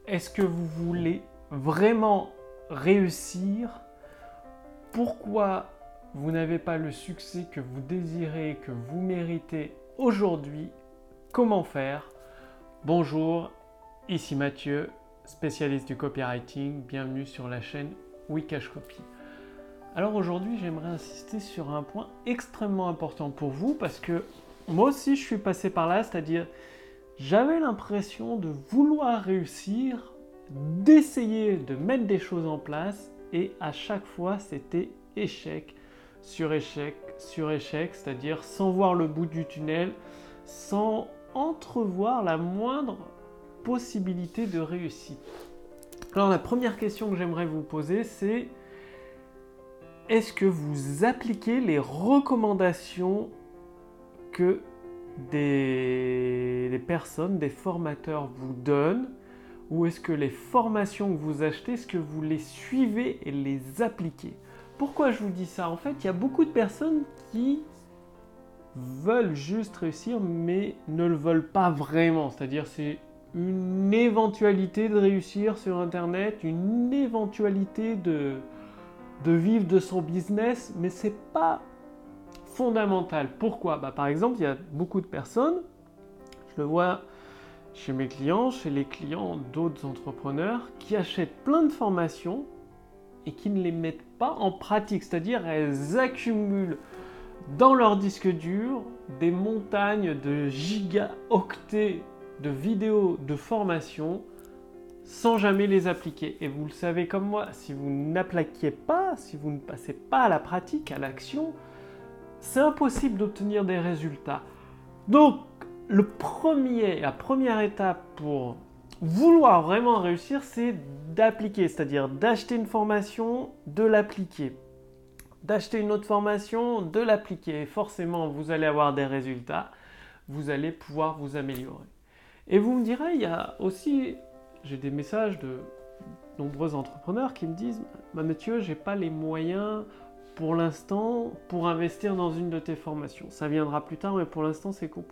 Est-ce que vous voulez vraiment réussir? Pourquoi vous n'avez pas le succès que vous désirez, que vous méritez aujourd'hui? Comment faire? Bonjour, ici Mathieu, spécialiste du copywriting. Bienvenue sur la chaîne Wikash Copy. Alors aujourd'hui, j'aimerais insister sur un point extrêmement important pour vous parce que moi aussi, je suis passé par là, c'est-à-dire j'avais l'impression de vouloir réussir, d'essayer de mettre des choses en place et à chaque fois, c'était échec sur échec sur échec, c'est-à-dire sans voir le bout du tunnel, sans entrevoir la moindre possibilité de réussite. Alors la première question que j'aimerais vous poser, c'est est-ce que vous appliquez les recommandations que des personnes, des formateurs vous donnent, ou est-ce que les formations que vous achetez, est-ce que vous les suivez et les appliquez? Pourquoi je vous dis ça? En fait, il y a beaucoup de personnes qui veulent juste réussir, mais ne le veulent pas vraiment. C'est-à-dire, c'est une éventualité de réussir sur Internet, une éventualité de vivre de son business, mais c'est pas fondamental. Pourquoi? Par exemple, il y a beaucoup de personnes, je le vois chez mes clients, chez les clients d'autres entrepreneurs, qui achètent plein de formations et qui ne les mettent pas en pratique. C'est-à-dire, elles accumulent dans leur disque dur des montagnes de gigaoctets de vidéos de formation sans jamais les appliquer. Et vous le savez comme moi, si vous n'appliquez pas, si vous ne passez pas à la pratique, à l'action, c'est impossible d'obtenir des résultats. Donc, la première étape pour vouloir vraiment réussir, c'est d'appliquer, c'est-à-dire d'acheter une formation, de l'appliquer. D'acheter une autre formation, de l'appliquer. Et forcément, vous allez avoir des résultats, vous allez pouvoir vous améliorer. Et vous me direz, il y a aussi, j'ai des messages de nombreux entrepreneurs qui me disent « Mathieu, j'ai pas les moyens pour l'instant pour investir dans une de tes formations. Ça viendra plus tard, mais pour l'instant, c'est compliqué. »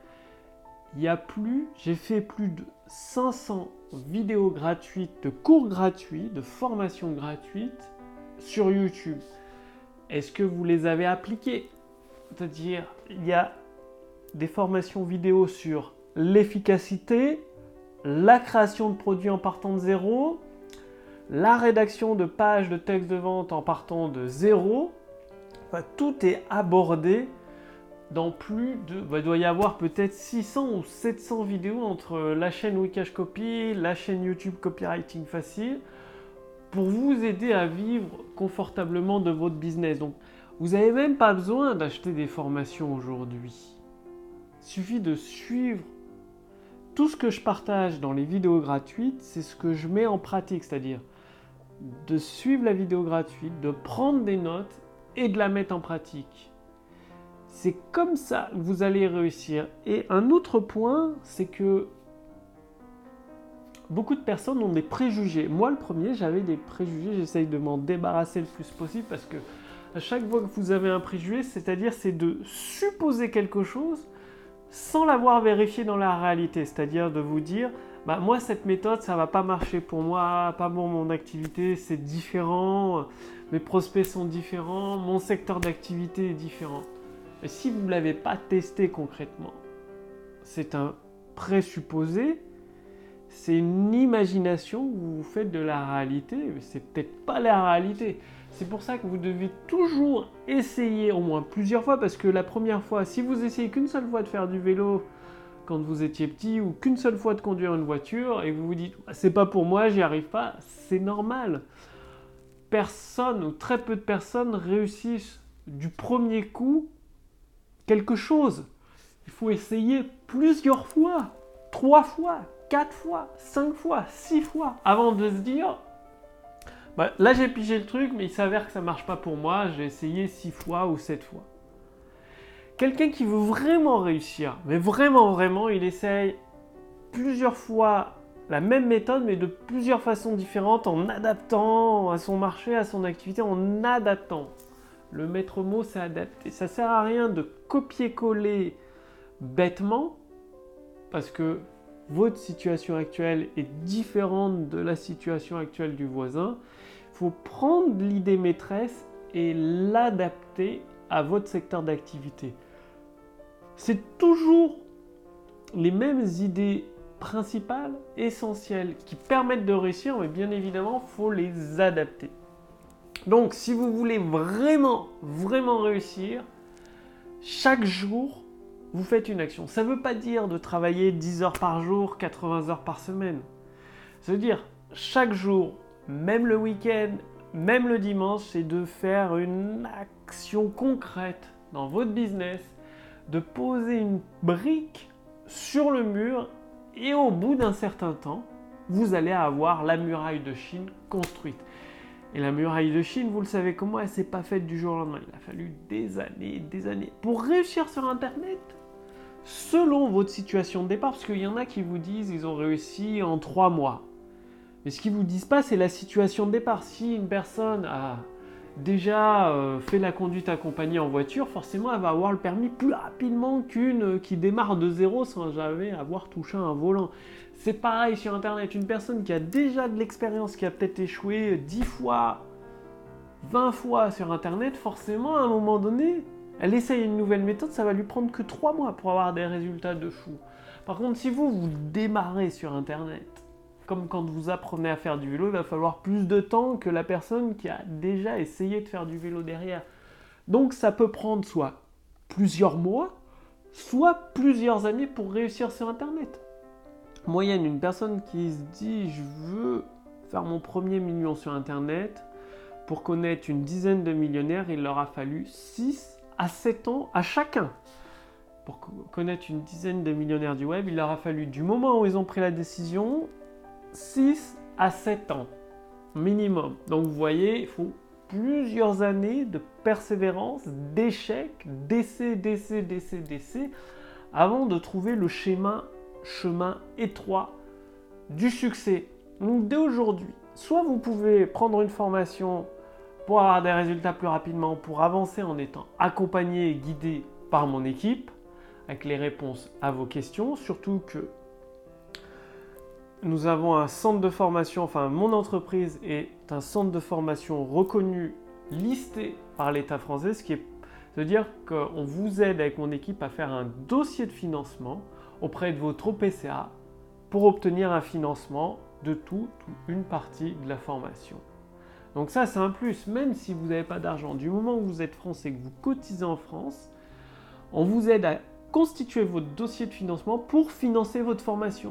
J'ai fait plus de 500 vidéos gratuites, de cours gratuits, de formations gratuites sur YouTube. Est-ce que vous les avez appliquées? C'est-à-dire, il y a des formations vidéo sur l'efficacité, la création de produits en partant de zéro, la rédaction de pages de texte de vente en partant de zéro. Enfin, tout est abordé dans il doit y avoir peut-être 600 ou 700 vidéos entre la chaîne Wikash Copy, la chaîne YouTube Copywriting Facile, pour vous aider à vivre confortablement de votre business. Donc, vous n'avez même pas besoin d'acheter des formations aujourd'hui. Il suffit de suivre tout ce que je partage dans les vidéos gratuites, c'est ce que je mets en pratique, c'est-à-dire de suivre la vidéo gratuite, de prendre des notes et de la mettre en pratique. C'est comme ça que vous allez réussir. Et un autre point, c'est que beaucoup de personnes ont des préjugés. Moi, le premier, j'avais des préjugés. J'essaye de m'en débarrasser le plus possible parce que à chaque fois que vous avez un préjugé, c'est de supposer quelque chose sans l'avoir vérifié dans la réalité. C'est-à-dire de vous dire, moi, cette méthode, ça ne va pas marcher pour moi, pas pour mon activité, c'est différent, mes prospects sont différents, mon secteur d'activité est différent. Et si vous ne l'avez pas testé concrètement, c'est un présupposé, c'est une imagination que vous faites de la réalité, mais c'est peut-être pas la réalité. C'est pour ça que vous devez toujours essayer au moins plusieurs fois, parce que la première fois, si vous essayez qu'une seule fois de faire du vélo quand vous étiez petit, ou qu'une seule fois de conduire une voiture, et que vous vous dites « c'est pas pour moi, j'y arrive pas », c'est normal. Personne, ou très peu de personnes, réussissent du premier coup quelque chose. Il faut essayer plusieurs fois, 3 fois, 4 fois, 5 fois, 6 fois, avant de se dire là j'ai pigé le truc, mais il s'avère que ça ne marche pas pour moi, j'ai essayé 6 fois ou 7 fois. Quelqu'un qui veut vraiment réussir, mais vraiment, il essaye plusieurs fois la même méthode, mais de plusieurs façons différentes, en adaptant à son marché, à son activité, en adaptant. Le maître mot, c'est adapter. Ça ne sert à rien de copier-coller bêtement, parce que votre situation actuelle est différente de la situation actuelle du voisin, il faut prendre l'idée maîtresse et l'adapter à votre secteur d'activité. C'est toujours les mêmes idées principales, essentielles, qui permettent de réussir, mais bien évidemment, il faut les adapter. Donc, si vous voulez vraiment réussir, chaque jour, vous faites une action. Ça ne veut pas dire de travailler 10 heures par jour, 80 heures par semaine. Ça veut dire, chaque jour, même le week-end, même le dimanche, c'est de faire une action concrète dans votre business, de poser une brique sur le mur et au bout d'un certain temps, vous allez avoir la muraille de Chine construite. Et la muraille de Chine, vous le savez comment, elle ne s'est pas faite du jour au lendemain. Il a fallu des années. Pour réussir sur Internet, selon votre situation de départ, parce qu'il y en a qui vous disent qu'ils ont réussi en 3 mois. Mais ce qu'ils ne vous disent pas, c'est la situation de départ. Si une personne a déjà fait la conduite accompagnée en voiture, forcément elle va avoir le permis plus rapidement qu'une qui démarre de zéro sans jamais avoir touché un volant. C'est pareil sur Internet, une personne qui a déjà de l'expérience, qui a peut-être échoué 10 fois, 20 fois sur Internet, forcément à un moment donné, elle essaye une nouvelle méthode, ça va lui prendre que 3 mois pour avoir des résultats de fou. Par contre, si vous démarrez sur Internet, comme quand vous apprenez à faire du vélo, il va falloir plus de temps que la personne qui a déjà essayé de faire du vélo derrière. Donc ça peut prendre soit plusieurs mois, soit plusieurs années pour réussir sur Internet. En moyenne, une personne qui se dit « je veux faire mon premier million sur Internet », pour connaître une dizaine de millionnaires, il leur a fallu 6 à 7 ans à chacun. Pour connaître une dizaine de millionnaires du web, il leur a fallu du moment où ils ont pris la décision 6 à 7 ans minimum. Donc vous voyez, il faut plusieurs années de persévérance, d'échecs, d'essais avant de trouver le chemin étroit du succès. Donc dès aujourd'hui, soit vous pouvez prendre une formation pour avoir des résultats plus rapidement, pour avancer en étant accompagné et guidé par mon équipe, avec les réponses à vos questions, surtout que nous avons un centre de formation, enfin mon entreprise est un centre de formation reconnu, listé par l'État français, ce qui est de dire qu'on vous aide avec mon équipe à faire un dossier de financement auprès de votre OPCA pour obtenir un financement de toute ou une partie de la formation. Donc ça c'est un plus, même si vous n'avez pas d'argent, du moment où vous êtes français et que vous cotisez en France, on vous aide à constituer votre dossier de financement pour financer votre formation.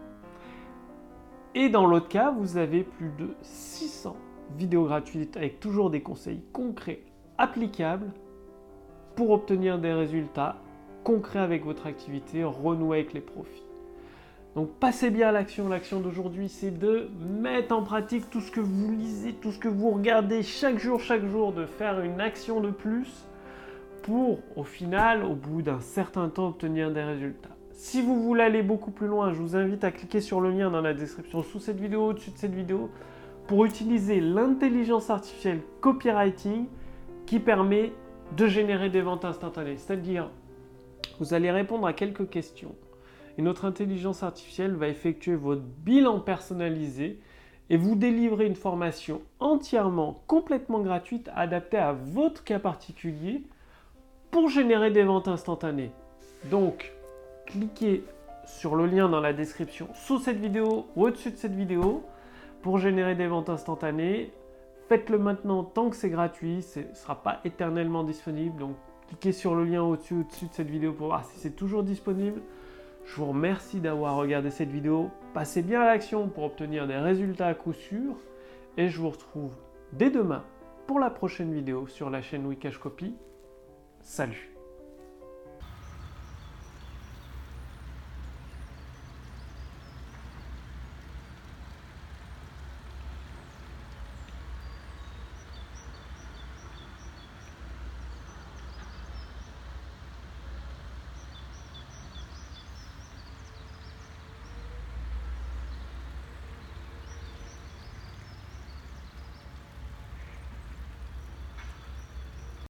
Et dans l'autre cas, vous avez plus de 600 vidéos gratuites avec toujours des conseils concrets, applicables pour obtenir des résultats concrets avec votre activité, renouer avec les profits. Donc passez bien à l'action. L'action d'aujourd'hui, c'est de mettre en pratique tout ce que vous lisez, tout ce que vous regardez chaque jour, de faire une action de plus pour, au final, au bout d'un certain temps, obtenir des résultats. Si vous voulez aller beaucoup plus loin, je vous invite à cliquer sur le lien dans la description sous cette vidéo, au-dessus de cette vidéo, pour utiliser l'intelligence artificielle copywriting qui permet de générer des ventes instantanées. C'est-à-dire, vous allez répondre à quelques questions et notre intelligence artificielle va effectuer votre bilan personnalisé et vous délivrer une formation entièrement, complètement gratuite, adaptée à votre cas particulier pour générer des ventes instantanées. Donc, cliquez sur le lien dans la description sous cette vidéo ou au-dessus de cette vidéo pour générer des ventes instantanées. Faites-le maintenant tant que c'est gratuit, ce ne sera pas éternellement disponible. Donc cliquez sur le lien au-dessus de cette vidéo pour voir si c'est toujours disponible. Je vous remercie d'avoir regardé cette vidéo. Passez bien à l'action pour obtenir des résultats à coup sûr. Et je vous retrouve dès demain pour la prochaine vidéo sur la chaîne Wikash Copy. Salut!